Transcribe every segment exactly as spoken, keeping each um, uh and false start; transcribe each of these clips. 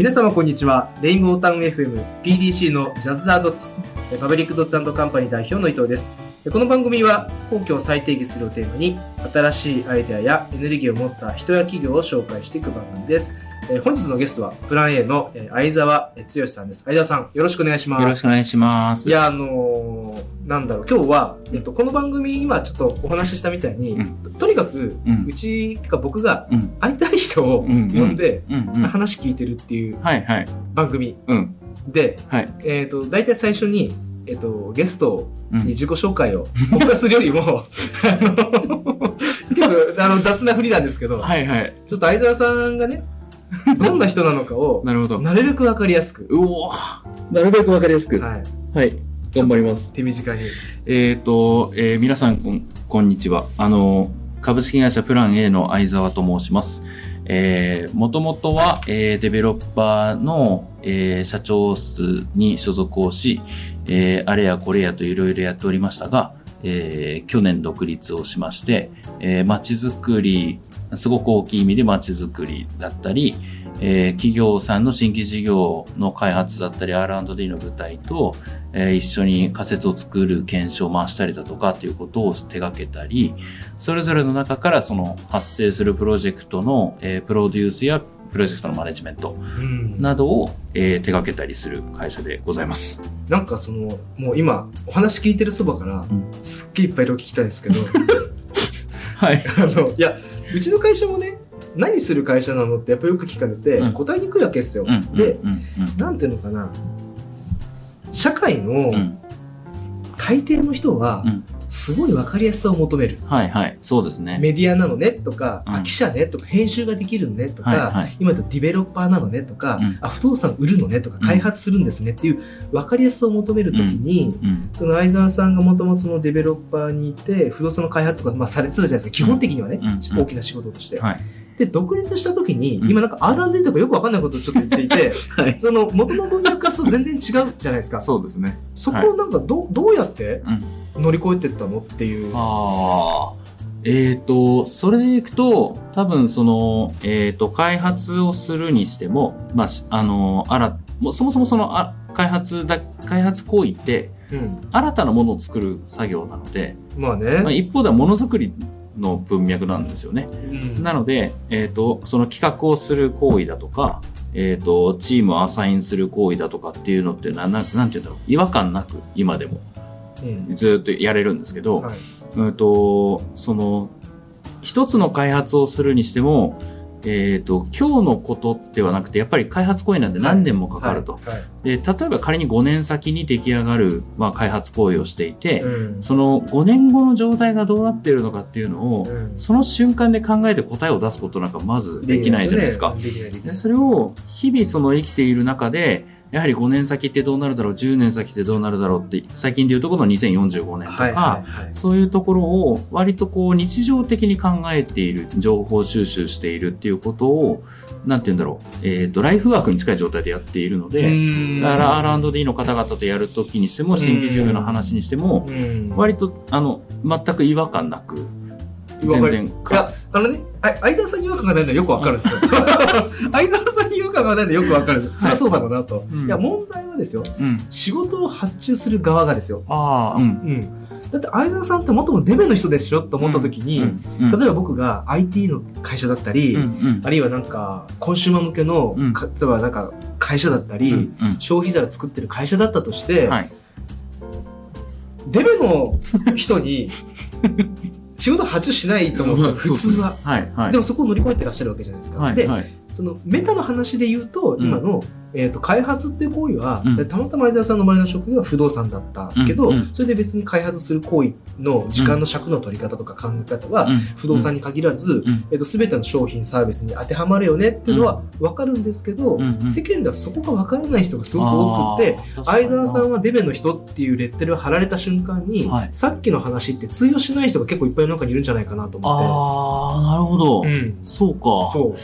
皆様こんにちは。レインボータウン エフエム ピーディーシー のジャズ・ザ・ドッツパブリック・ドッツ&カンパニー代表の伊藤です。この番組は皇居を再定義するをテーマに新しいアイデアやエネルギーを持った人や企業を紹介していく番組です。本日のゲストはプラン A の相沢剛さんです。相沢さん、よろしくお願いします。 よろしくお願いします。 いや、あのー、なんだろう、今日は、えっと、この番組、今ちょっとお話ししたみたいに、うん、とにかく、うん、うちか僕が会いたい人を呼んで、話聞いてるっていう番組で、えっと、大体最初に、えっと、ゲストに自己紹介を僕がするよりも、あの、結構あの雑な振りなんですけど、はいはい、ちょっと相沢さんがね、どんな人なのかを、なるほど。なるべくわかりやすく。 うおなるべくわかりやすく。はい。はい。頑張ります。 手短に。 えっと、えー、皆さんこん、こんにちは。あの、株式会社プラン A の相沢と申します。えー、もともとは、えー、デベロッパーの、えー、社長室に所属をし、えー、あれやこれやといろいろやっておりましたが、えー、去年独立をしまして、えー、街づくり、すごく大きい意味で街づくりだったり、えー、企業さんの新規事業の開発だったり アールアンドディー の舞台と、えー、一緒に仮説を作る検証を回したりだとかっていうことを手掛けたり、それぞれの中からその発生するプロジェクトの、えー、プロデュースやプロジェクトのマネジメントなどを、えー、手掛けたりする会社でございます。 なんかその、もう今お話聞いてるそばから、うん、すっげえいっぱい色々聞きたいんですけど、はい。あの、いや、うちの会社もね、何する会社なのってやっぱよく聞かれて、うん、答えにくいわけですよ。うん、で、うんうんうん、なんていうのかな、社会の大抵の人は、すごい分かりやすさを求める。 うん、はいはい、そうですね。 メディアなのねとか、うん、あ、記者ねとか、編集ができるのねとか、はいはい、今だとディベロッパーなのねとか、うん、あ、不動産売るのねとか、開発するんですねっていう分かりやすさを求めるときに、うんうん、その相沢さんがもともとそのデベロッパーにいて、不動産の開発とか、まあ、されてたじゃないですか。基本的にはね、うん、大きな仕事として。はい、で、独立した時に、うん、今なんか アールアンドディー とかよくわかんないことをちょっと言っていて、はい、その元の分野からすると全然違うじゃないですか。 そうですね。 そこをなんかど、どうやって乗り越えていったのっていう。 ああ。えっと、それでいくと、多分その、えっと、開発をするにしても、まあ、あの、あら、もうそもそもその、あ開発だ、開発行為って、うん、新たなものを作る作業なので、まあね。まあ、一方ではものづくりの文脈なんですよね。うん、なので、えっと、その企画をする行為だとか、えっと、チームをアサインする行為だとかっていうのってな、な、なんていうんだろう、違和感なく今でも、うん、ずっとやれるんですけど、はい、うんと、その、一つの開発をするにしても、えっと、今日のことではなくて、やっぱり開発行為なんで何年もかかると。はいはいはい、で、例えば仮にごねん先に出来上がる、まあ、開発行為をしていて、うん、そのごねんごの状態がどうなっているのかっていうのを、うん、その瞬間で考えて答えを出すことなんかまずできないじゃないですか。で、それを日々その生きている中で、やはりごねん先ってどうなるだろう、じゅうねん先ってどうなるだろうって、最近でいうとこのにせんよんじゅうごねんとか、はいはいはい、そういうところを割とこう日常的に考えている、情報収集しているっていうことを、なんて言うんだろう、えっと、ライフワークに近い状態でやっているので、だから アールアンドディー の方々とやるときにしても、新規事業の話にしても、割と、あの、全く違和感なく、全然。いや、あのね、相沢さんに違和感がないのはよくわかるんですよ。相沢さんに違和感がないのはよくわかるんです。そりゃそうだろうなと。はい、いや、問題はですよ、うん、仕事を発注する側がですよ。ああ、うん。うん。だって相沢さんってもともとデベの人でしょと思った時に、うんうん、例えば僕が アイティー の会社だったり、うんうん、あるいはなんか、コンシューマー向けの、うん、例えばなんか会社だったり、うんうん、消費財を作ってる会社だったとして、はい、デベの人に、仕事発注しないと思うんですよ、普通は。はいはい、でもそこを乗り越えてらっしゃるわけじゃないですか。はいで、はい、そのメタの話で言うと、今の、うんえーと、開発っていう行為は、うん、たまたま相沢さんの周りの職業は不動産だったけど、うんうん、それで別に開発する行為の時間の尺の取り方とか考え方は、うん、不動産に限らず、うんえーと、全ての商品サービスに当てはまるよねっていうのは分かるんですけど、うんうん、世間ではそこが分からない人がすごく多くて、相沢さんはデベの人っていうレッテルを貼られた瞬間に、はい、さっきの話って通用しない人が結構いっぱいの中にいるんじゃないかなと思って。 ああ、なるほど。うん、そうか。 そう。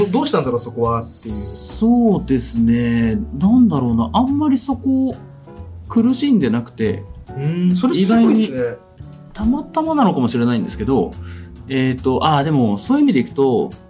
どうしたんだろう、そこはっていう。 そうですね。なんだろうな、あんまりそこ苦しんでなくて、 うんそれすごいですね。 意外にたまたまなのかもしれないんですけど、えっと、ああ、でもそういう意味でいくと、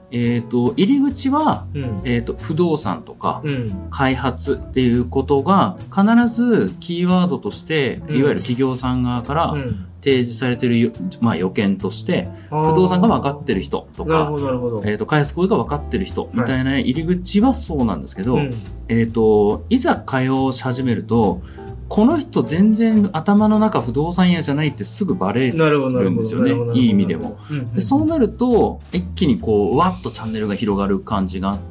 えっと、入り口は、 うん、 えっと、不動産とか、 うん、 開発っていうことが、必ずキーワードとして、いわゆる企業さん側から提示されている、まあ予見として、不動産が分かってる人とか、えっと、開発行為が分かってる人みたいな入り口はそうなんですけど、はい、えっと、いざ会話をし始めると、この人全然頭の中不動産屋じゃないってすぐバレるんですよね。いい意味でも。うんうん、でそうなると、一気にこう、わっとチャンネルが広がる感じがあって、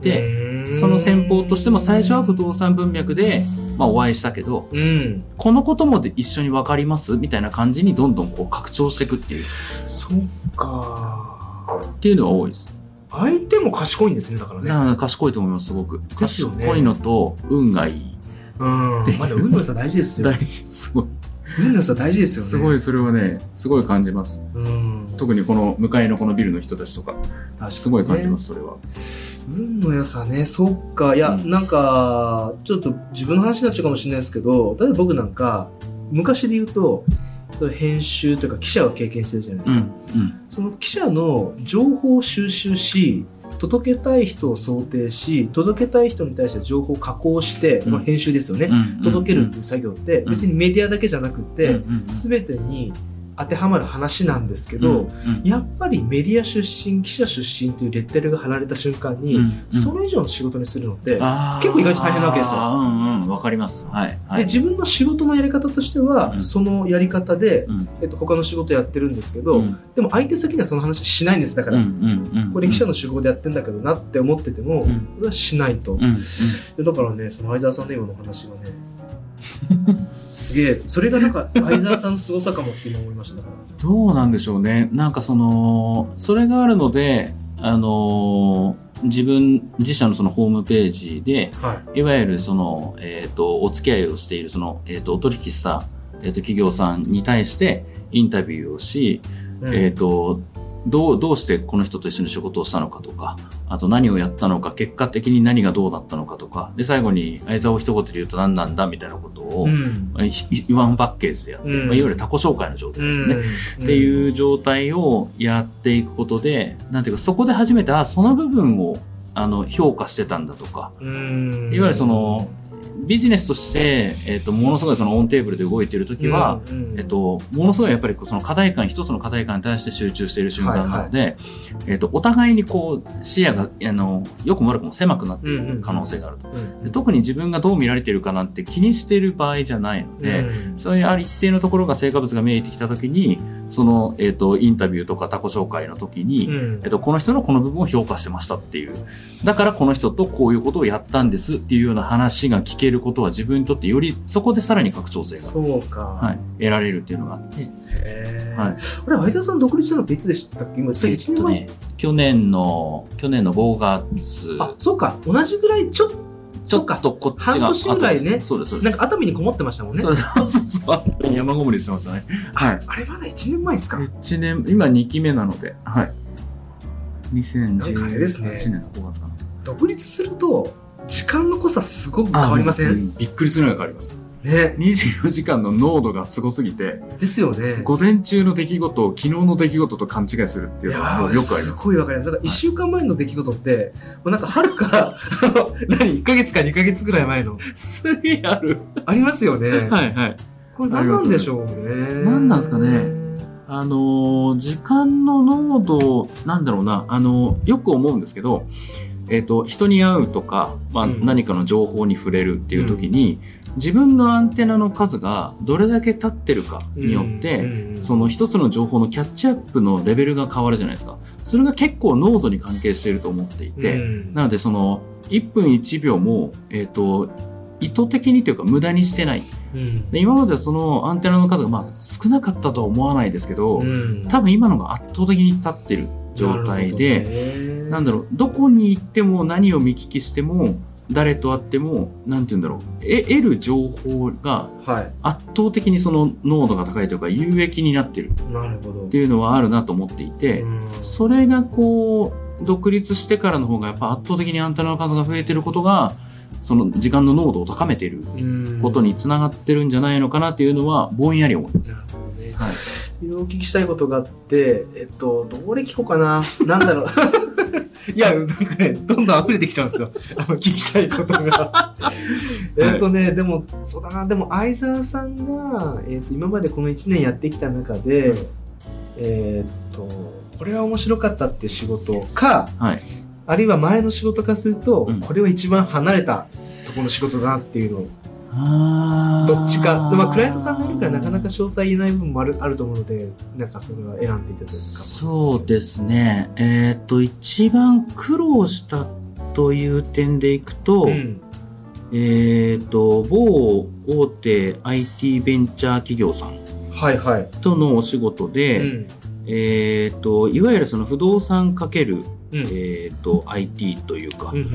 その戦法としても最初は不動産文脈で、まあお会いしたけど、うん、このこともで一緒に分かりますみたいな感じにどんどんこう拡張していくっていう。 そっか。 っていうのが多いです。 相手も賢いんですね、だからね。 だから賢いと思います、すごく。 ですよね。 賢いのと運がいい。 うん。まだ運の良さ大事ですよ。 大事、すごい。 運の良さ大事ですよね。 すごい、それはね、すごい感じます。うん。特にこの向かいのこのビルの人たちとか、かね、すごい感じます、それは。 運の良さね、そっか。いや、うん、なんか、ちょっと自分の話になっちゃうかもしれないですけど、例えば僕なんか、昔で言うと、編集というか記者を経験してるじゃないですか。うんうん、その記者の情報を収集し、届けたい人を想定し、届けたい人に対して情報を加工して、うん、まあ編集ですよね、うん、届けるっていう作業って、別にメディアだけじゃなくて、すべてに当てはまる話なんですけど、うんうん、やっぱりメディア出身、記者出身というレッテルが貼られた瞬間に、うんうん、それ以上の仕事にするのって結構意外と大変なわけですよ。 うんうん、わかります。はい、はい、で自分の仕事のやり方としては、うん、そのやり方で、うんえっと、他の仕事やってるんですけど、うん、でも相手先にはその話しないんです。だから、うんうんうん、これ記者の手法でやってんだけどなって思ってても、うん、それはしないと、うんうん、でだからね、その相沢さんの今の話がねすげえ、それがなんか相沢さんの凄さかもって今思いました。 どうなんでしょうね。なんかそのそれがあるので、あのー、自分自社のそのホームページで、はい、いわゆるそのえっ、ー、とお付き合いをしているそのえっ、ー、とお取引した、えー、と企業さんに対してインタビューをし、うん、えっ、とどうどうしてこの人と一緒に仕事をしたのかとか、あと何をやったのか、結果的に何がどうだったのかとか、で最後に相沢を一言で言うと何なんだみたいなことを、うん、ワンパッケージでやって、うんまあ、いわゆる他己紹介の状態ですよね、うん、っていう状態をやっていくことで、なんていうかそこで初めてあその部分をあの評価してたんだとか、うん、いわゆるそのビジネスとして、えっと、ものすごいそのオンテーブルで動いているときは、うんうん、えっと、ものすごいやっぱりその課題感、一つの課題感に対して集中している瞬間なので、はいはい、えっと、お互いにこう、視野が、あの、良くも悪くも狭くなっている可能性があると、うんうん。で特に自分がどう見られているかなんて気にしている場合じゃないので、うん、そういうある一定のところが成果物が見えてきたときに、その、えっと、インタビューとか他己紹介の時に、うん、えっと、この人のこの部分を評価してましたっていう。だからこの人とこういうことをやったんですっていうような話が聞けることは自分にとってよりそこでさらに拡張性が、 そうか、 はい、得られるっていうのがあって。 へー。はい。あれ、相沢さん独立したのっていつでしたっけ？今、いちねんまえ、 えっとね、去年の、去年のごがつ。 あ、そうか。同じぐらい、ちょっと、 ちょっとこっちが。 半年ぐらいね。 そうです、そうです。 なんか熱海にこもってましたもんね。 そうそうそう。山ごもりしてましたね。はい。 あれまだいちねんまえですか？ いち 年、今にきめなので。はい。にせんじゅうはちねんのごがつかな。 独立すると、時間の濃さすごく変わりません？うん、 びっくりするのが変わります。 ね。 にじゅうよじかんの濃度がすごすぎて。 ですよね。 午前中の出来事を昨日の出来事と勘違いするっていうのがよくあります。 すごいわかります。だからいっしゅうかんまえの出来事って、はい、もうなんか春から、あの、何、いっかげつかにかげつぐらい前の。 すげえある。 ありますよね。 はいはい。 これ何なんでしょうね。 何なんですかね。あのー、時間の濃度、なんだろうな、あのー、よく思うんですけど、えっと、人に会うとか、まあ、何かの情報に触れるっていう時に、うん、自分のアンテナの数がどれだけ立ってるかによって、うん、その一つの情報のキャッチアップのレベルが変わるじゃないですか。それが結構濃度に関係していると思っていて、うん、なのでそのいっぷんいちびょうも、えっと、意図的にというか無駄にしてない。うん、で今まではそのアンテナの数がまあ少なかったとは思わないですけど、うん、多分今のが圧倒的に立ってる状態で、なんだろう、どこに行っても何を見聞きしても誰と会ってもなんて言うんだろう、え得る情報が圧倒的にその濃度が高いというか有益になってるっていうのはあるなと思っていて、それがこう独立してからの方がやっぱ圧倒的にアンテナの数が増えてることがその時間の濃度を高めていることにつながってるんじゃないのかなっていうのはぼんやり思います。なるほどね。はい。お聞きしたいことがあって、えっと、どれ聞こうかな。なんだろう。 いや、なんかね、どんどん溢れてきちゃうんですよ。あの、聞きたいことが。えっとね、でも、そうだな、でも、相沢さんが、えっと、今までこのいちねんやってきた中で、うん、えっと、これは面白かったって仕事か、はい、あるいは前の仕事かすると、うん、これは一番離れたところの仕事だなっていうのを、あどっちか、まあ、クライアントさんがいるからなかなか詳細言えない部分もある、あると思うので、なんかそれは選んでいただけるか。 そうですね。えー、っと、一番苦労したという点でいくと、うん、えー、っと、某大手 アイティー ベンチャー企業さんとのお仕事で、はいはい、うん、えー、っと、いわゆるその不動産かけるうん、えーと、アイティー というか、うんうんうん、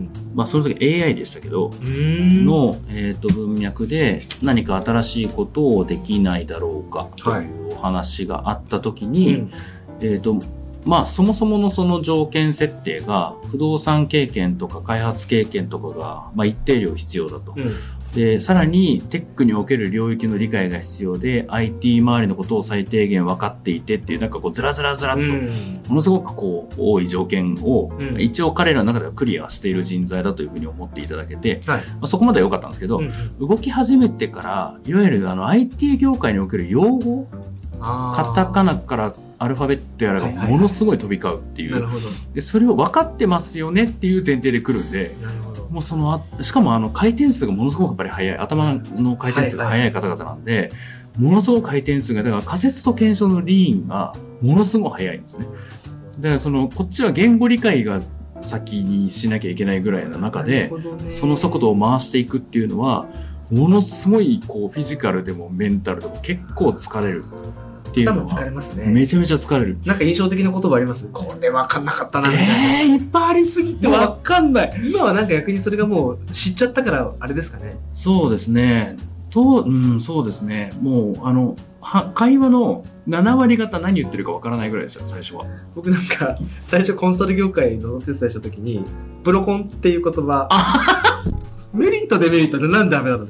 まあその時 エーアイ でしたけど、の、えーと、文脈で何か新しいことをできないだろうかというお話があった時に、はい、えーと、まあそもそものその条件設定が不動産経験とか開発経験とかが、まあ、一定量必要だと。うん、で、さらにテックにおける領域の理解が必要で アイティー 周りのことを最低限分かっていてっていうなんかこうずらずらずらっとものすごくこう多い条件を一応彼らの中ではクリアしている人材だというふうに思っていただけて、はい、まあ、そこまでは良かったんですけど、うん、動き始めてからいわゆるあの アイティー 業界における用語、カタカナからアルファベットやらがものすごい飛び交うっていう、はいはいはい、でそれを分かってますよねっていう前提で来るんで、なるほど、もうそのしかもあの回転数がものすごくやっぱり速い、頭の回転数が速い方々なんで、はいはい、ものすごく回転数が、だから仮説と検証のリーンがものすごく速いんですね。だからそのこっちは言語理解が先にしなきゃいけないぐらいの中で、その速度を回していくっていうのはものすごいこうフィジカルでもメンタルでも結構疲れるっていうのは、 疲れますね。 めちゃめちゃ疲れる。 なんか印象的な言葉あります？これ分かんなかったなみたいな。 えー、いっぱいありすぎて分かんない。 今はなんか逆にそれがもう知っちゃったからあれですかね。 そうですね。と、うん、そうですね。もうあのは会話のなな割方何言ってるか分からないぐらいでした最初は。 僕なんか最初コンサル業界のお手伝いした時にプロコンっていう言葉。メリットデメリットでなんでダメなのって。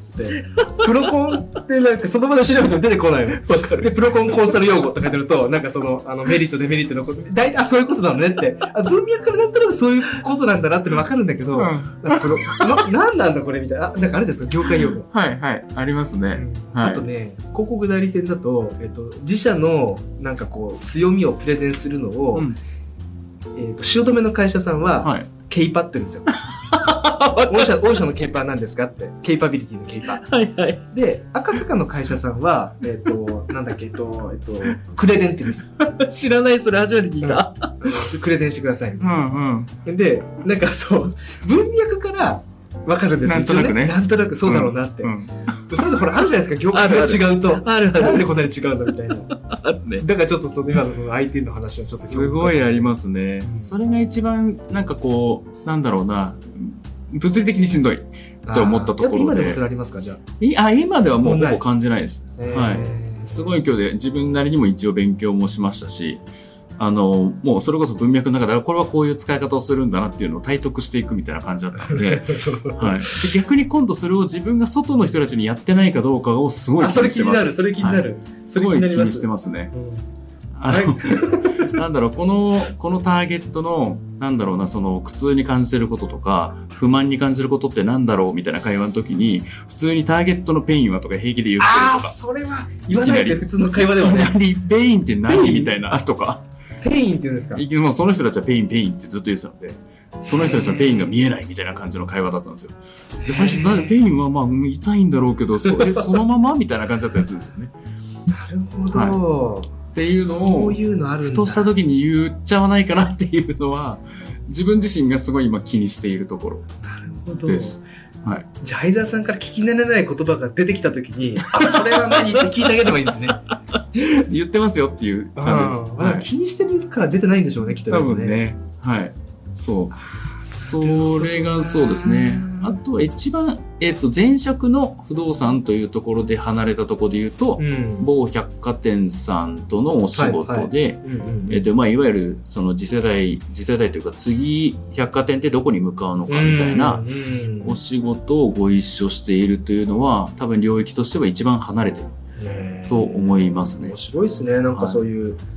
プロコンってなんかその場で調べても出てこないの。わかる。で、プロコンコンサル用語とか書いてると、なんかその、あのメリットデメリットのこと、大体、あ、そういうことなのねって。あ、文脈からなんとなくそういうことなんだなってわかるんだけど、うん、プロな、なんなんだこれみたいな。あ、なんかあるじゃないですか、業界用語。 はいはい、ありますね。 うん、はい、あとね、広告代理店だと、えっと、自社のなんかこう、強みをプレゼンするのを、うん、えっと、汐留の会社さんは、はい、ケイパってるんですよ。御社、御社のケイパーなんですかって。ケイパビリティのケイパー。はいはい。で、赤坂の会社さんは、えっと、なんだっけ、えっと、えっと、クレデンって言うんです。 知らない、それ初めて聞いた。 うん、クレデンしてください、みたいな。うんうん。で、なんかそう、文脈からわかるんですよ。 なんとなくね。 なんとなくそうだろうなって。うんうんそれでほらあるじゃないですか、業界が違うと。あるある。なんでこんなに違うんだみたいな。あるね。だからちょっとその今のその アイティー の話はちょっとすごいありますね。それが一番なんかこう、なんだろうな、物理的にしんどいと思ったところで。 今でもそれありますか、じゃあ。あ、今ではもうほぼ感じないです。はい。すごい今日で自分なりにも一応勉強もしましたし、あの、もうそれこそ文脈の中で、これはこういう使い方をするんだなっていうのを体得していくみたいな感じだったので、はい。で逆に今度それを自分が外の人たちにやってないかどうかをすごい気にしてます。 あ、それ気になる、それ気になる。はい、 すごい気にしてますね。うん、あの、はい、なんだろう、この、このターゲットの、なんだろうな、その苦痛に感じてることとか、不満に感じることってなんだろうみたいな会話の時に、普通にターゲットのペインはとか平気で言ってるとか。 ああ、それは言わないですね、普通の会話ではね。 いきなりペインって何みたいなとか。 ペインって言うんですか？ もうその人たちはペインペインってずっと言ってたので、その人たちはペインが見えないみたいな感じの会話だったんですよ。で最初、なんでペインはまあ痛いんだろうけど、それそのままみたいな感じだったりするんですよね。 なるほど、はい。 っていうのを、そういうのあるんだ。ふとした時に言っちゃわないかなっていうのは、自分自身がすごい今気にしているところです。 はい。じゃあ、相沢さんから聞き慣れない言葉が出てきたときに、あ、それは何って聞いてあげればいいんですね。 言ってますよっていう感じです。 まあ、気にしてるから出てないんでしょうね、きっとね。 多分ね。はい。そう。それがそうですね。あとは一番、えっと、前職の不動産というところで離れたところで言うと、うん、某百貨店さんとのお仕事で、えっと、まあ、いわゆる、その次世代、次世代というか、次、百貨店ってどこに向かうのかみたいなお仕事をご一緒しているというのは、多分領域としては一番離れてると思いますね。 面白いですね。なんかそういう、はい、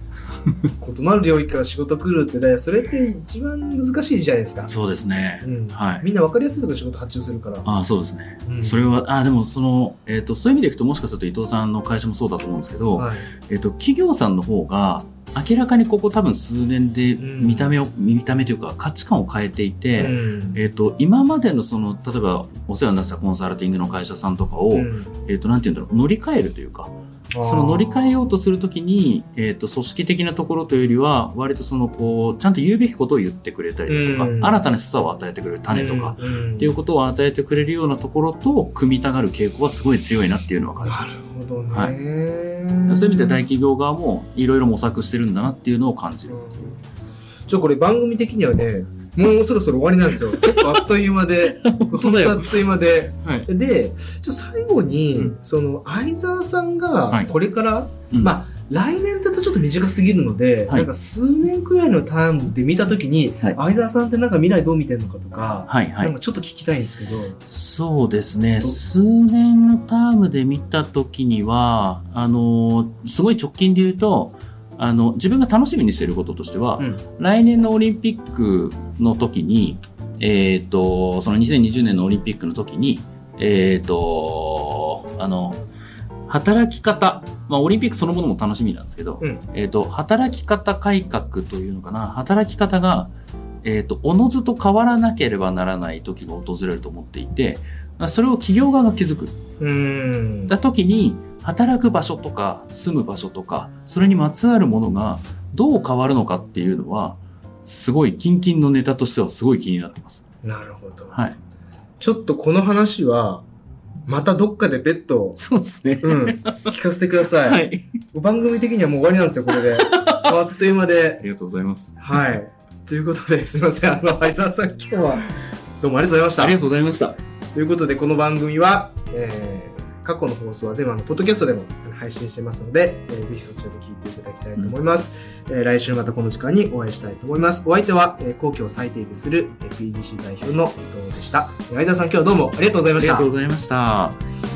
異なる領域から仕事来るって、それって一番難しいじゃないですか。 そうですね。うん、はい。 みんな分かりやすいところで仕事発注するから。 ああ、そうですね。うん、それは、ああ、でもその、えっ、ー、と、そういう意味でいくともしかすると伊藤さんの会社もそうだと思うんですけど、はい、えっ、ー、と、企業さんの方が、明らかにここ多分数年で見た目を、うん、見た目というか価値観を変えていて、うん、えっ、ー、と、今までのその、例えばお世話になったコンサルティングの会社さんとかを、うん、えっ、と、なんていうんだろう、乗り換えるというか、その乗り換えようとするときに、えっ、ー、と、組織的なところというよりは、割とその、こう、ちゃんと言うべきことを言ってくれたりだとか、うん、新たな示唆を与えてくれる種とか、うん、っていうことを与えてくれるようなところと、組みたがる傾向はすごい強いなっていうのは感じます。 なるほどね。 はい。そういう意味で大企業側もいろいろ模索してるんだなっていうのを感じる。うん、 ちょ、これ番組的にはね、もうそろそろ終わりなんですよ。結構あっという間で、本当あっという間で。はい、で、ちょ最後に、うん、その、相沢さんが、これから、はい、まあ、来年だとちょっと短すぎるので、はい、なんか数年くらいのタームで見たときに、はい、相沢さんってなんか未来どう見てるのかとか、はいはい、なんかちょっと聞きたいんですけど。 そうですね。数年のタームで見たときには、あの、すごい直近で言うと、あの、自分が楽しみにしていることとしては、うん、来年のオリンピックの時に、えっと、そのにせんにじゅうねんのオリンピックの時に、えっと、あの、働き方、まあ、オリンピックそのものも楽しみなんですけど、うん、えっと、働き方改革というのかな、働き方が、えっと、おのずと変わらなければならない時が訪れると思っていて、それを企業側が気づく。うーん。だ時に、働く場所とか住む場所とかそれにまつわるものがどう変わるのかっていうのはすごいキンキンのネタとしてはすごい気になってます。 なるほど。はい。ちょっとこの話はまたどっかで別途そうですね。 うん。聞かせてください。はい。番組的にはもう終わりなんですよこれで。あっという間で。 ありがとうございます。 はい。ということですみませんあの相沢さん今日はどうもありがとうございました。 ありがとうございました。 ということでこの番組は、えー過去の放送は全部あのポッドキャストでも配信してますので、えー、ぜひそちらで聞いていただきたいと思います、うんえー、来週またこの時間にお会いしたいと思います。お相手は、えー、皇居を最低備する ピーディーシー 代表の伊藤でした。相沢さん今日はどうもありがとうございました。 ありがとうございました。